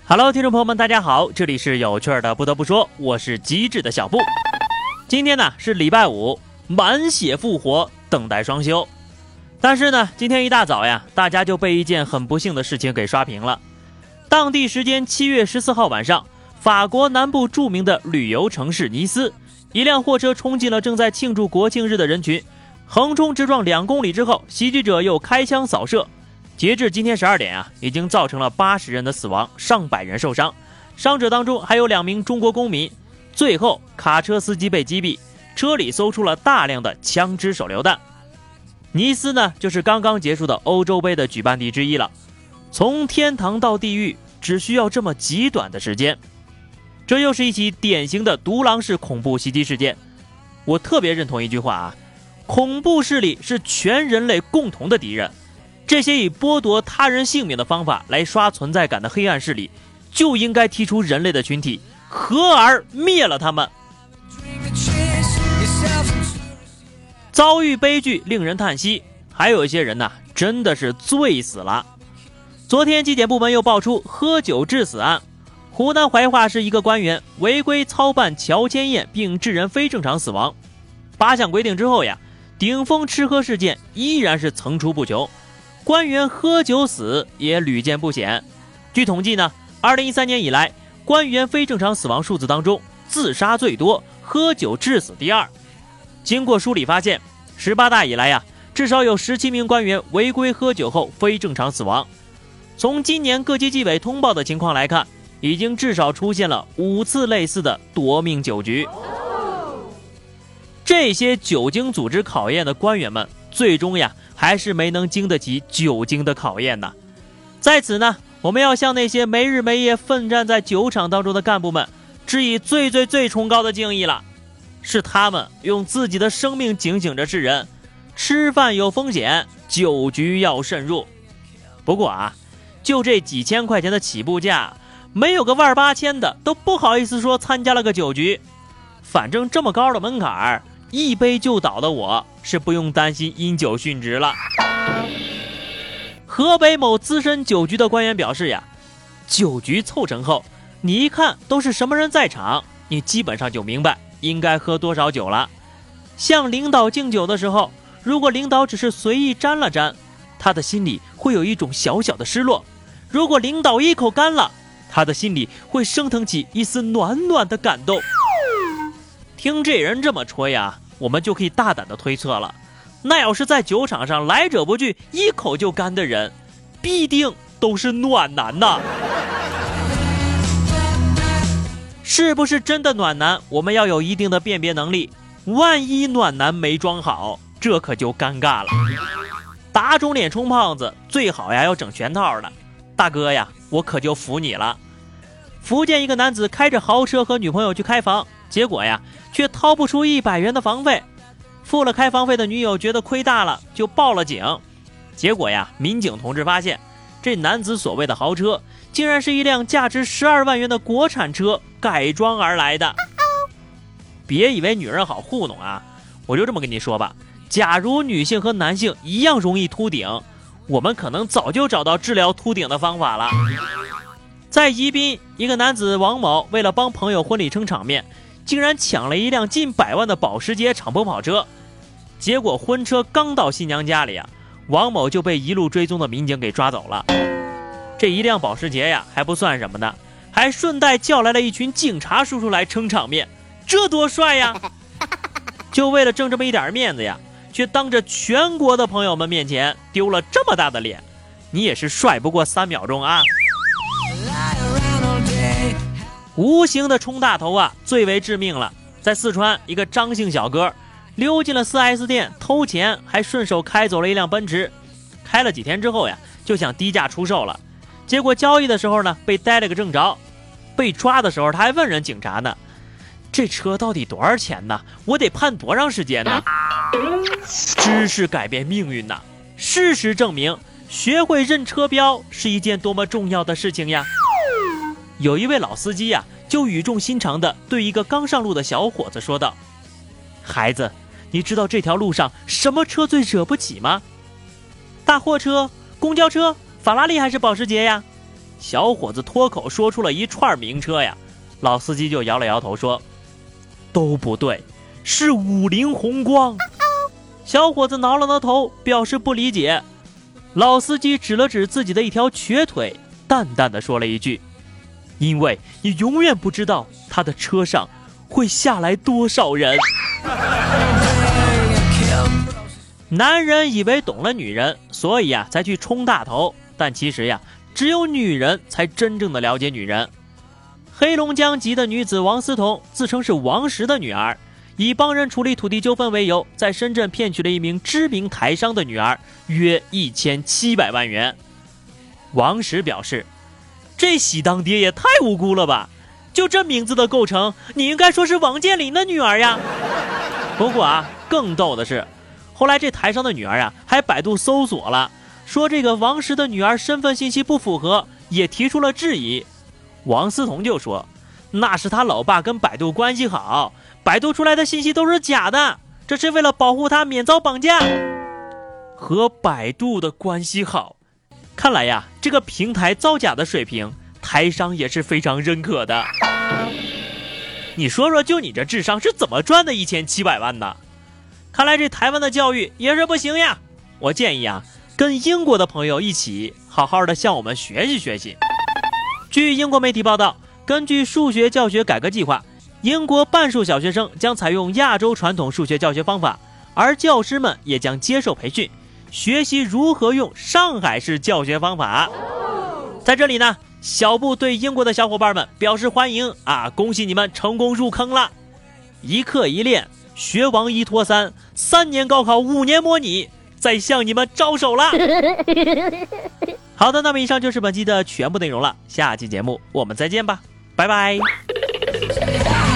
Hello， 听众朋友们，大家好，这里是有趣的不得不说，我是机智的小布。今天呢是礼拜五，满血复活，等待双休。但是呢，今天一大早呀，大家就被一件很不幸的事情给刷屏了。当地时间7月14号晚上，法国南部著名的旅游城市尼斯，一辆货车冲进了正在庆祝国庆日的人群，横冲直撞2公里之后，袭击者又开枪扫射。截至今天12点啊，已经造成了80人的死亡，上百人受伤，伤者当中还有2名中国公民。最后，卡车司机被击毙，车里搜出了大量的枪支手榴弹。尼斯呢，就是刚刚结束的欧洲杯的举办地之一了。从天堂到地狱，只需要这么极短的时间。这又是一起典型的独狼式恐怖袭击事件。我特别认同一句话啊，恐怖势力是全人类共同的敌人。这些以剥夺他人性命的方法来刷存在感的黑暗势力，就应该踢出人类的群体，合而灭了他们。遭遇悲剧令人叹息，还有一些人呢，真的是醉死了。昨天纪检部门又爆出喝酒致死案，湖南怀化市一个官员违规操办乔迁宴并致人非正常死亡。8项规定之后呀，顶风吃喝事件依然是层出不穷。官员喝酒死也屡见不鲜。据统计呢，2013年以来，官员非正常死亡数字当中，自杀最多，喝酒致死第二。经过梳理发现，18大以来呀，至少有17名官员违规喝酒后非正常死亡。从今年各级纪委通报的情况来看，已经至少出现了5次类似的夺命酒局。这些久经组织考验的官员们，最终呀还是没能经得起酒精的考验呢。在此呢，我们要向那些没日没夜奋战在酒场当中的干部们致以最崇高的敬意了。是他们用自己的生命警醒着世人，吃饭有风险，酒局要慎入。不过啊，就这几千块钱的起步价，没有个18000的都不好意思说参加了个酒局。反正这么高的门槛，一杯就倒的我是不用担心因酒殉职了。河北某资深酒局的官员表示呀，酒局凑成后，你一看都是什么人在场，你基本上就明白应该喝多少酒了。向领导敬酒的时候，如果领导只是随意沾了沾，他的心里会有一种小小的失落；如果领导一口干了，他的心里会升腾起一丝暖暖的感动。听这人这么吹呀，我们就可以大胆的推测了，那要是在酒场上来者不拒，一口就干的人，必定都是暖男呐。是不是真的暖男，我们要有一定的辨别能力，万一暖男没装好，这可就尴尬了。打肿脸充胖子，最好呀要整全套的。大哥呀，我可就服你了。福建一个男子开着豪车和女朋友去开房，结果呀却掏不出100元的房费。付了开房费的女友觉得亏大了，就报了警。结果呀，民警同志发现这男子所谓的豪车竟然是一辆价值12万元的国产车改装而来的。别以为女人好糊弄啊，我就这么跟你说吧，假如女性和男性一样容易秃顶，我们可能早就找到治疗秃顶的方法了。在宜宾，一个男子王某为了帮朋友婚礼撑场面，竟然抢了一辆近100万的保时捷敞篷跑车。结果婚车刚到新娘家里啊，王某就被一路追踪的民警给抓走了。这一辆保时捷呀还不算什么呢，还顺带叫来了一群警察叔叔来撑场面，这多帅呀！就为了挣这么一点面子呀，却当着全国的朋友们面前丢了这么大的脸，你也是帅不过3秒钟啊！无形的冲大头啊，最为致命了。在四川，一个张姓小哥溜进了 4S 店偷钱，还顺手开走了一辆奔驰。开了几天之后呀，就想低价出售了，结果交易的时候呢，被逮了个正着。被抓的时候，他还问人警察呢，这车到底多少钱呢？我得判多长时间呢？知识改变命运呐！事实证明，学会认车标是一件多么重要的事情呀！有一位老司机呀，就语重心长地对一个刚上路的小伙子说道：“孩子，你知道这条路上什么车最惹不起吗？大货车、公交车、法拉利还是保时捷呀？” 小伙子脱口说出了一串名车呀，老司机就摇了摇头说：“都不对，是五菱宏光。”小伙子挠了挠头，表示不理解。老司机指了指自己的一条瘸腿，淡淡的说了一句：“因为你永远不知道他的车上会下来多少人。”男人以为懂了女人，所以才去冲大头，但其实只有女人才真正的了解女人。黑龙江籍的女子王思彤自称是王石的女儿，以帮人处理土地纠纷为由，在深圳骗取了一名知名台商的女儿约1700万元。王石表示，这喜当爹也太无辜了吧，就这名字的构成，你应该说是王健林的女儿呀。不过更逗的是，后来这台商的女儿还百度搜索了，说这个王石的女儿身份信息不符合，也提出了质疑。王思彤就说，那是他老爸跟百度关系好，百度出来的信息都是假的，这是为了保护他免遭绑架。和百度的关系好，看来这个平台造假的水平，台商也是非常认可的。你说说，就你这智商是怎么赚的1700万的？看来这台湾的教育也是不行呀。我建议跟英国的朋友一起好好的向我们学习学习。据英国媒体报道，根据数学教学改革计划，英国半数小学生将采用亚洲传统数学教学方法，而教师们也将接受培训，学习如何用上海式教学方法。在这里呢，小布对英国的小伙伴们表示欢迎恭喜你们成功入坑了。一课一练，学王一脱三，3年高考5年模拟，在向你们招手了。好的，那么以上就是本期的全部内容了，下期节目我们再见吧，拜拜。